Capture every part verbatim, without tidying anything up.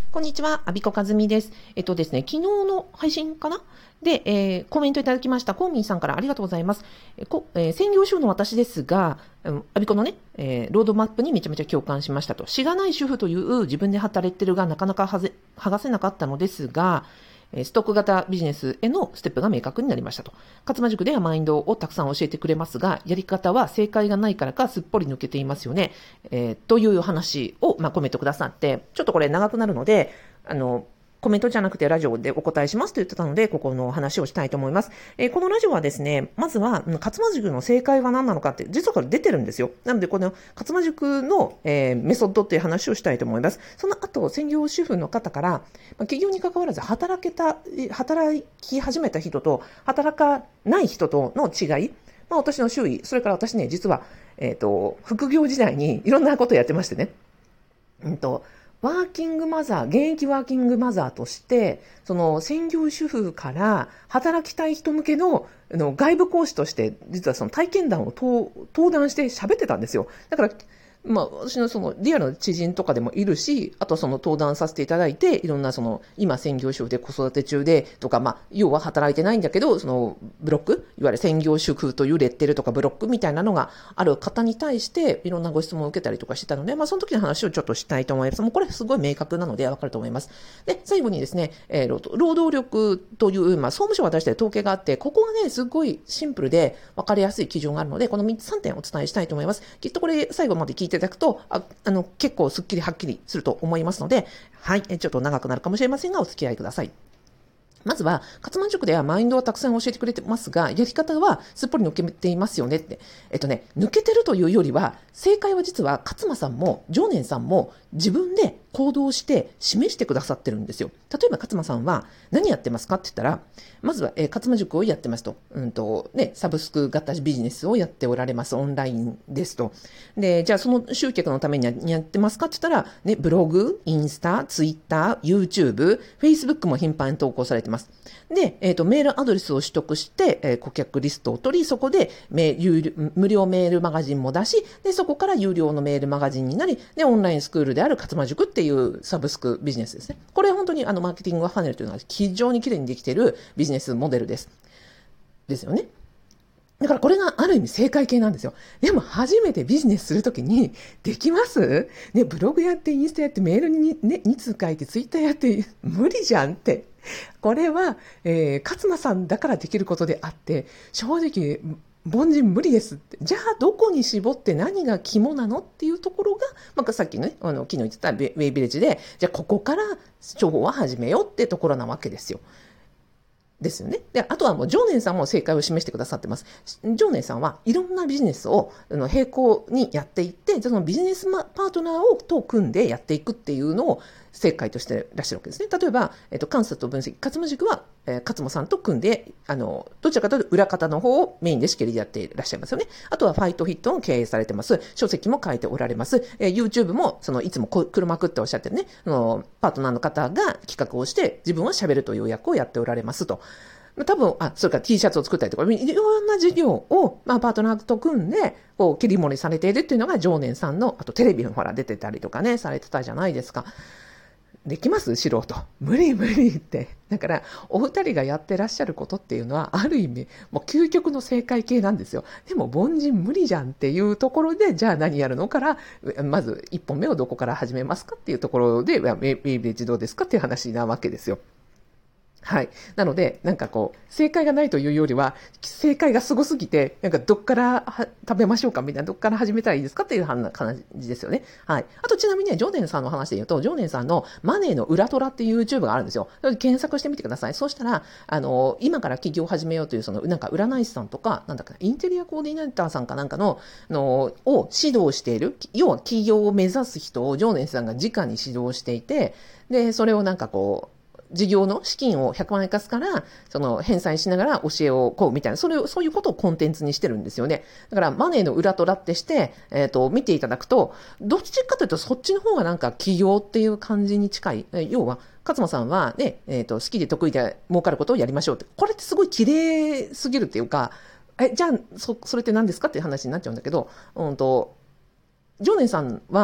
こんにちは、アビコカズミです。えっとですね、昨日の配信かなで、えーコメントいただきました、コーミンさんからありがとうございます。えこえー専業主婦の私ですが、うん、アビコのね、えーロードマップにめちゃめちゃ共感しましたと。しがない主婦という自分で働いてるがなかなかはぜ剥がせなかったのですが、えーストック型ビジネスへのステップが明確になりましたと。勝間塾ではマインドをたくさん教えてくれますが、やり方は正解がないからかすっぽり抜けていますよね。えーという話を、まあ、コメントくださって、ちょっとこれ長くなるので、あの、コメントじゃなくてラジオでお答えしますと言ってたので、ここの話をしたいと思います。えーこのラジオはですね、まずは、うん勝間塾の正解は何なのかって、実はこれ出てるんですよ。なので、この勝間塾の、えーメソッドっていう話をしたいと思います。その後、専業主婦の方から、まあ、企業に関わらず働けた、え働き始めた人と、働かない人との違い、まあ、私の周囲、それから私ね、実は、えっと、副業時代にいろんなことをやってましてね。うんと、ワーキングマザー、現役ワーキングマザーとして、その専業主婦から働きたい人向けの、あの外部講師として、実はその体験談を登登壇して喋ってたんですよ。だから、まあ、私のそのリアルな知人とかでもいるし、あとその登壇させていただいて、いろんなその今専業主婦で子育て中でとか、まあ、要は働いてないんだけど、そのブロック、いわゆる専業主婦というレッテルとかブロックみたいなのがある方に対して、いろんなご質問を受けたりとかしてたので、まあ、その時の話をちょっとしたいと思います。もうこれすごい明確なのでわかると思います。で、最後にですね、えー労労働力という、まあ、総務省が出している統計があって、ここがね、すごいシンプルで分かりやすい基準があるので、このみっつさんてんお伝えしたいと思います。きっとこれ最後まで聞いていただくと、ああの、結構すっきりはっきりすると思いますので、はい、えちょっと長くなるかもしれませんが、お付き合いください。まずは、勝間塾ではマインドをたくさん教えてくれてますが、やり方はすっぽり抜けていますよねって。えっとね、抜けてるというよりは、正解は実は勝間さんも常念さんも自分で行動して示してくださってるんですよ。例えば勝間さんは何やってますかって言ったら、まずは、えー、勝間塾をやってますと。うんと、ね、サブスク型ビジネスをやっておられます。オンラインですと。で、じゃあその集客のためにやってますかって言ったら、ね、ブログ、インスタ、ツイッター、YouTube、Facebook も頻繁に投稿されてます。で、えっと、メールアドレスを取得して、えー顧客リストを取り、そこでメ有料無料メールマガジンも出し、で、そこから有料のメールマガジンになり、で、オンラインスクールである勝間塾っていうサブスクビジネスですね。これ本当にあの、マーケティングファネルというのは非常に綺麗にできているビジネスモデルです。ですよね。だからこれがある意味正解系なんですよ。でも初めてビジネスするときに、できますね、ブログやって、インスタやって、メールにね、に通書いて、ツイッターやって、無理じゃんって。これは、えー、勝間さんだからできることであって、正直、凡人無理ですって。じゃあ、どこに絞って何が肝なのっていうところが、まあ、さっきね、あの、昨日言ってたウェイビレッジで、じゃあ、ここから情報は始めようってところなわけですよ。ですよね。で、あとはもう、常念さんも正解を示してくださってます。常念さんはいろんなビジネスをあの並行にやっていって、そのビジネスパートナーをと組んでやっていくっていうのを正解としてらっしゃるわけですね。例えば、えっと、観察と分析、勝間塾は、えー、勝間さんと組んで、あの、どちらかというと裏方の方をメインで仕切りでやっていらっしゃいますよね。あとはファイトフィットを経営されてます。書籍も書いておられます。えー、YouTube も、その、いつも車くっておっしゃってるね、あの、パートナーの方が企画をして、自分は喋るという役をやっておられますと。多分、あ、それから T シャツを作ったりとか、いろんな事業を、まあ、パートナーと組んで、こう、切り盛りされているっていうのが常念さんの、あとテレビにほら出てたりとかね、されてたじゃないですか。できます素人。無理無理って。だから、お二人がやってらっしゃることっていうのは、ある意味、もう究極の正解系なんですよ。でも、凡人無理じゃんっていうところで、じゃあ何やるのから、まず一本目をどこから始めますかっていうところで、メイビレッジどうですかっていう話なわけですよ。はい。なので、なんかこう、正解がないというよりは、正解がすごすぎて、なんかどっからは食べましょうかみたいな、どっから始めたらいいですかっていう感じですよね。はい。あとちなみにね、ジョーデンさんの話で言うと、ジョーデンさんのマネーの裏トラっていう YouTube があるんですよ。検索してみてください。そうしたら、あの、今から起業を始めようという、その、なんか占い師さんとか、なんだかインテリアコーディネーターさんかなんかの、の、を指導している、要は起業を目指す人をジョーデンさんが直に指導していて、で、それをなんかこう、事業の資金をひゃくまん円貸すから、その返済しながら教えをこうみたいな、それを、そういうことをコンテンツにしてるんですよね。だからマネーの裏トラってして、えっと、見ていただくと、どっちかというとそっちの方がなんか起業っていう感じに近い。要は、勝間さんはね、えっと、好きで得意で儲かることをやりましょうって。これってすごい綺麗すぎるっていうか、え、じゃあ、そ、それって何ですかっていう話になっちゃうんだけど、うんと、常念さんは、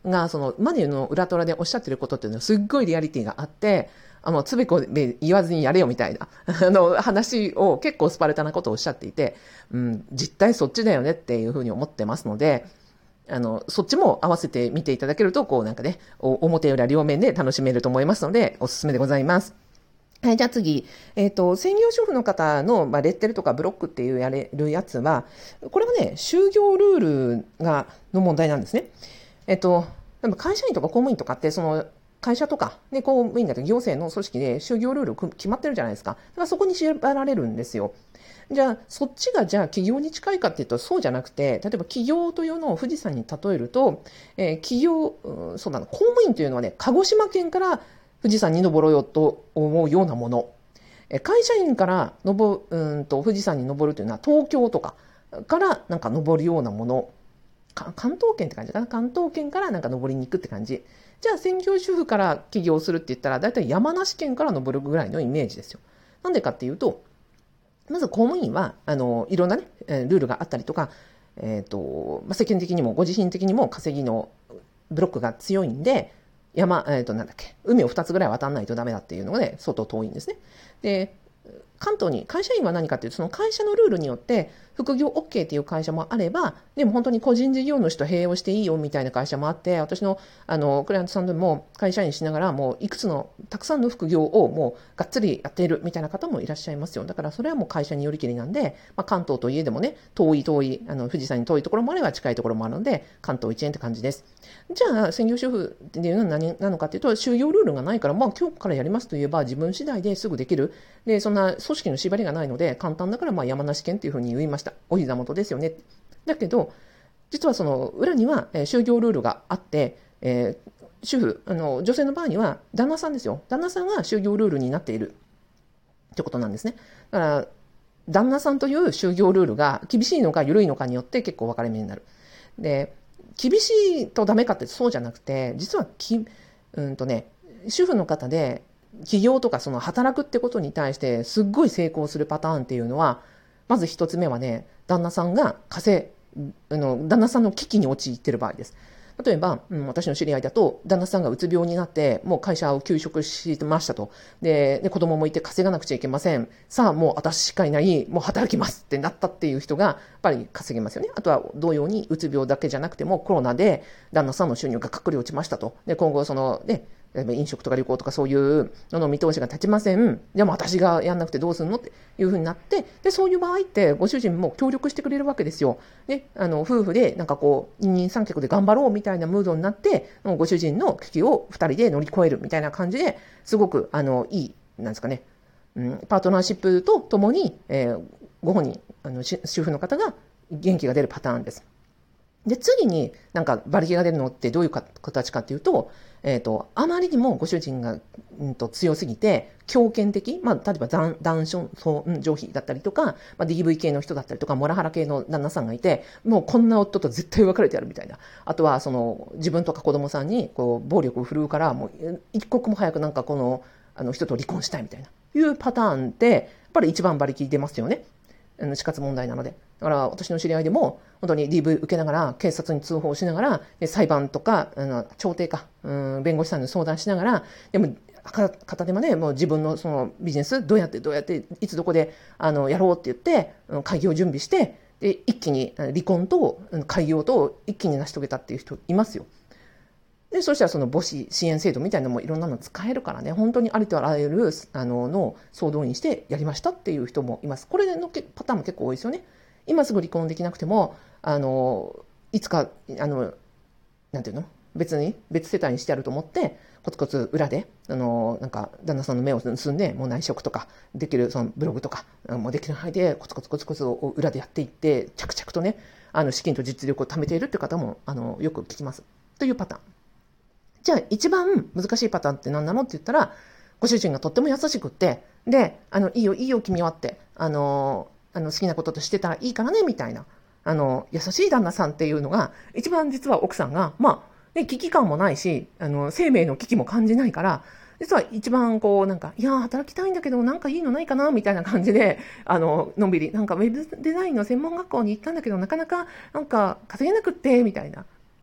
がそのマネの裏トラでおっしゃってることっていうのはすっごいリアリティがあって、あのつべこべ言わずにやれよみたいなあの話を結構スパルタなことをおっしゃっていて、うん、実態そっちだよねっていうふうに思ってますので、あのそっちも合わせて見ていただけるとこうなんかね、表裏両面で楽しめると思いますのでおすすめでございます。はい、じゃあ次、えっと、専業主婦の方の、まあ、レッテルとかブロックっていうやれるやつは、これはね、就業ルールが、の問題なんですね。えっと、会社員とか公務員とかって、その、会社とか、ね、公務員だと行政の組織で就業ルール決まってるじゃないですか。だからそこに縛られるんですよ。じゃあ、そっちがじゃあ企業に近いかっていうとそうじゃなくて、例えば企業というのを富士山に例えると、えー、企業、うん、そうだな、公務員というのはね、鹿児島県から富士山に登ろうよと思うようなもの。会社員から登うんと富士山に登るというのは東京とかからなんか登るようなもの。関東圏って感じかな。関東圏からなんか登りに行くって感じ。じゃあ専業主婦から起業するって言ったらだいたい山梨県から登るぐらいのイメージですよ。なんでかっていうと、まず公務員はあのいろんなねルールがあったりとか、えっと、まあ、世間的にもご自身的にも稼ぎのブロックが強いんで、山、えっと、なんだっけ、海をふたつぐらい渡らないとダメだっていうのがね、相当遠いんですね。で、関東に、会社員は何かっていうと、その会社のルールによって、副業 OK っていう会社もあれば、でも本当に個人事業主と併用していいよみたいな会社もあって、私の、あの、クライアントさんでも会社員しながら、もういくつの、たくさんの副業をもうがっつりやっているみたいな方もいらっしゃいますよ。だからそれはもう会社によりきりなんで、まあ、関東といえどもね、遠い遠い、あの、富士山に遠いところもあれば近いところもあるので、関東一円って感じです。じゃあ、専業主婦っていうのは何なのかっていうと、就業ルールがないから、まあ今日からやりますといえば自分次第ですぐできる。で、そんな組織の縛りがないので、簡単だからまあ山梨県っていうふうに言いました。お膝元ですよね。だけど、実はその裏には、えー、就業ルールがあって、えー、主婦、あの、女性の場合には旦那さんですよ。旦那さんが就業ルールになっているってことなんですね。だから、旦那さんという就業ルールが厳しいのか緩いのかによって結構分かれ目になる。で、厳しいとダメかってそうじゃなくて、実はき、うんとね、主婦の方で起業とかその働くってことに対してすっごい成功するパターンっていうのは、まず一つ目はね、旦那さんが稼い、あの、旦那さんの危機に陥っている場合です。例えば、うん、私の知り合いだと、旦那さんがうつ病になって、もう会社を休職してましたと。で、で子供もいて稼がなくちゃいけません。さあ、もう私しかいない、もう働きますってなったっていう人が、やっぱり稼げますよね。あとは同様に、うつ病だけじゃなくても、コロナで旦那さんの収入がかっくり落ちましたと。で、今後その、ね、例えば飲食とか旅行とかそういうのの見通しが立ちません。でも私がやんなくてどうするのっていうふうになって、で、そういう場合ってご主人も協力してくれるわけですよ。で、あの、夫婦でなんかこう、二人三脚で頑張ろうみたいなムードになって、ご主人の危機を二人で乗り越えるみたいな感じで、すごく、あの、いい、なんですかね、うん、パートナーシップとともに、えー、ご本人、あの、主婦の方が元気が出るパターンです。で、次になんか馬力が出るのってどういう形かっていうと、えっと、あまりにもご主人が、うん、と強すぎて、強権的、まあ、例えば残、男尊上卑だったりとか、まあ、ディーブイ 系の人だったりとか、モラハラ系の旦那さんがいて、もうこんな夫と絶対別れてやるみたいな。あとは、その、自分とか子供さんに、こう、暴力を振るうから、もう、一刻も早くなんかこの、あの人と離婚したいみたいな、いうパターンって、やっぱり一番馬力出ますよね。死活問題なので。だから私の知り合いでも本当に ディーブイ 受けながら警察に通報しながら裁判とかあの調停かうん弁護士さんに相談しながらでも片手間でもう自分のそのビジネスどうやってどうやっていつどこであのやろうって言って会議を準備してで一気に離婚と開業と一気に成し遂げたっていう人いますよ。でそしたらその母子支援制度みたいなのもいろんなの使えるからね、本当にありとあらゆるあのの総動員してやりましたっていう人もいます。これのパターンも結構多いですよね。今すぐ離婚できなくてもあのいつかあのなんていうの別に別世帯にしてやると思ってコツコツ裏であのなんか旦那さんの目を盗んでもう内職とかできるそのブログとかもうできる範囲でコツコツコツコツを裏でやっていって着々とねあの資金と実力を貯めているっていう方もあのよく聞きますというパターン。じゃあ一番難しいパターンって何なのって言ったら、ご主人がとっても優しくって、で、あの、いいよいいよ君はって、あの、あの好きなこととしてたらいいからねみたいな、あの、優しい旦那さんっていうのが、一番実は奥さんが、まあ、ね、危機感もないし、あの、生命の危機も感じないから、実は一番こう、なんか、いや、働きたいんだけど、なんかいいのないかなみたいな感じで、あの、のんびり、なんかウェブデザインの専門学校に行ったんだけど、なかなか、なんか稼げなくって、みたいな。あ、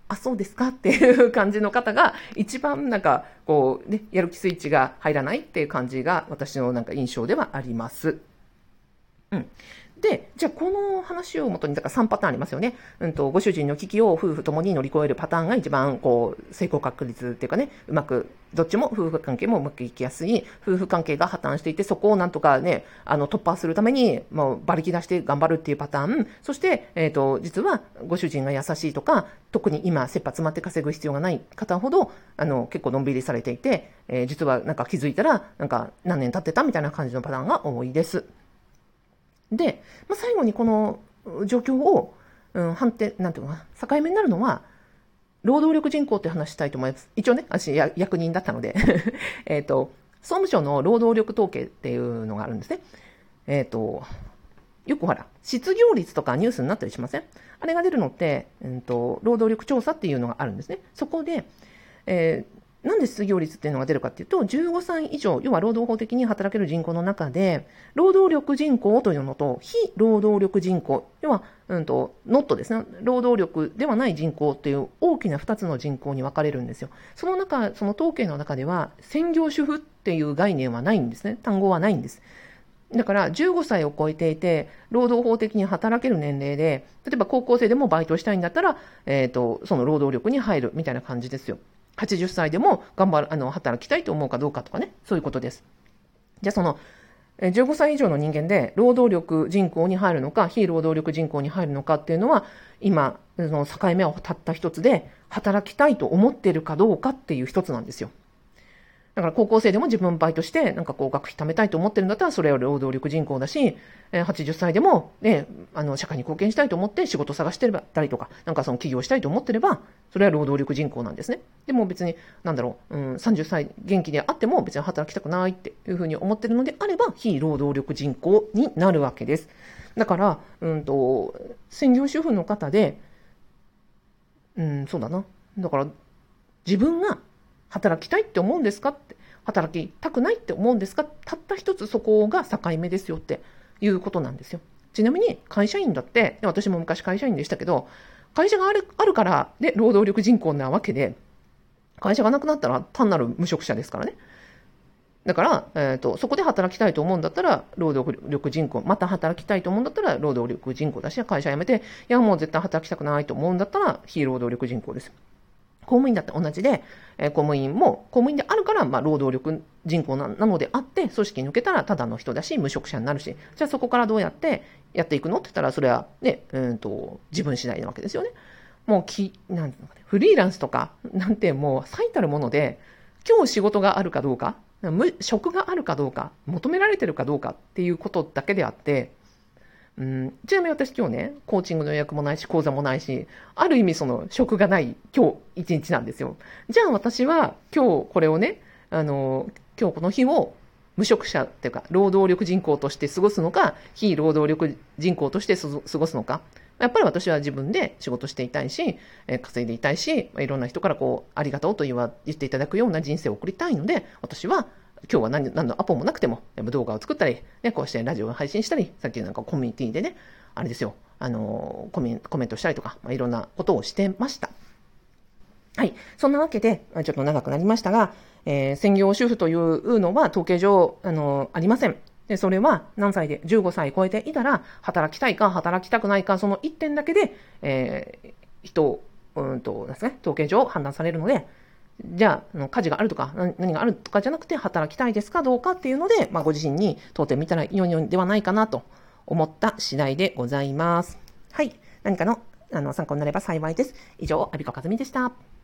あ、そうですかっていう感じの方が一番なんかこうね、やる気スイッチが入らないっていう感じが私のなんか印象ではあります。うん。で、じゃあこの話をもとに、だからさんパターンありますよね。うんと、ご主人の危機を夫婦ともに乗り越えるパターンが一番、こう、成功確率っていうかね、うまく、どっちも夫婦関係もうまくいきやすい、夫婦関係が破綻していて、そこをなんとかね、あの、突破するために、もう馬力出して頑張るっていうパターン。そして、えっと、実はご主人が優しいとか、特に今、切羽詰まって稼ぐ必要がない方ほど、あの、結構のんびりされていて、えー実はなんか気づいたら、なんか何年経ってたみたいな感じのパターンが多いです。で、まあ、最後にこの状況を、うん、判定、なんていうのかな、境目になるのは、労働力人口って話したいと思います。一応ね、私、や役人だったので、えっと、総務省の労働力統計っていうのがあるんですね。えっと、よくほら、失業率とかニュースになったりしません？あれが出るのって、うんと、労働力調査っていうのがあるんですね。そこで、えーなんで失業率っていうのが出るかっていうと、じゅうごさい以上、要は労働法的に働ける人口の中で、労働力人口というのと、非労働力人口、要は、うんと、ノットですね、労働力ではない人口という大きなふたつの人口に分かれるんですよ。その中、その統計の中では、専業主婦っていう概念はないんですね。単語はないんです。だからじゅうごさいを超えていて、労働法的に働ける年齢で、例えば高校生でもバイトしたいんだったら、えっと、その労働力に入るみたいな感じですよ。はちじゅっさいでも頑張る、あの、働きたいと思うかどうかとかね、そういうことです。じゃあその、じゅうごさい以上の人間で労働力人口に入るのか、非労働力人口に入るのかっていうのは、今、その境目をたった一つで、働きたいと思っているかどうかっていう一つなんですよ。だから高校生でも自分バイトして、なんかこう学費貯めたいと思ってるんだったら、それは労働力人口だし、はちじゅっさいでもね、あの、社会に貢献したいと思って仕事探してればたりとか、なんかその起業したいと思ってれば、それは労働力人口なんですね。でも別に、なんだろう、うん、さんじゅっさい元気であっても別に働きたくないっていうふうに思ってるのであれば、非労働力人口になるわけです。だから、うんと、専業主婦の方で、うん、そうだな。だから、自分が働きたいって思うんですかって、働きたくないって思うんですか、たった一つそこが境目ですよっていうことなんですよ。ちなみに会社員だって、私も昔会社員でしたけど、会社がある、あるからで労働力人口なわけで、会社がなくなったら単なる無職者ですからね。だから、えーと、そこで働きたいと思うんだったら、労働力人口、また働きたいと思うんだったら、労働力人口だし、会社辞めて、いや、もう絶対働きたくないと思うんだったら、非労働力人口です。公務員だって同じで、えー、公務員も、公務員であるから、まあ、労働力人口なのであって、組織抜けたらただの人だし、無職者になるし、じゃあそこからどうやってやっていくのって言ったら、それはね、うんと、自分次第なわけですよね。もうき、なんていうのかね、フリーランスとか、なんてもう最たるもので、今日仕事があるかどうか、職があるかどうか、求められてるかどうかっていうことだけであって、うん、ちなみに私今日ね、コーチングの予約もないし、講座もないし、ある意味その職がない今日一日なんですよ。じゃあ私は今日これをね、あの、今日この日を無職者っていうか、労働力人口として過ごすのか、非労働力人口として過ごすのか。やっぱり私は自分で仕事していたいし、えー、稼いでいたいし、いろんな人からこう、ありがとうと言わ言っていただくような人生を送りたいので、私は今日は何何のアポもなくても動画を作ったり、ね、こうしてラジオを配信したり、さっきのなんかコミュニティでね、あれですよ、あのコメ、コメントしたりとか、まあ、いろんなことをしてました。はい。そんなわけで、ちょっと長くなりましたが、えー、専業主婦というのは統計上、あのありません。で、それは何歳でじゅうごさい超えていたら、働きたいか働きたくないか、そのいってんだけで、えー、人、うんとですね、統計上判断されるので、じゃあ、家事があるとか、何があるとかじゃなくて、働きたいですかどうかっていうので、まあ、ご自身に問うてみたら良いのではないかなと思った次第でございます。はい。何かの、あの、参考になれば幸いです。以上、アビコカズミでした。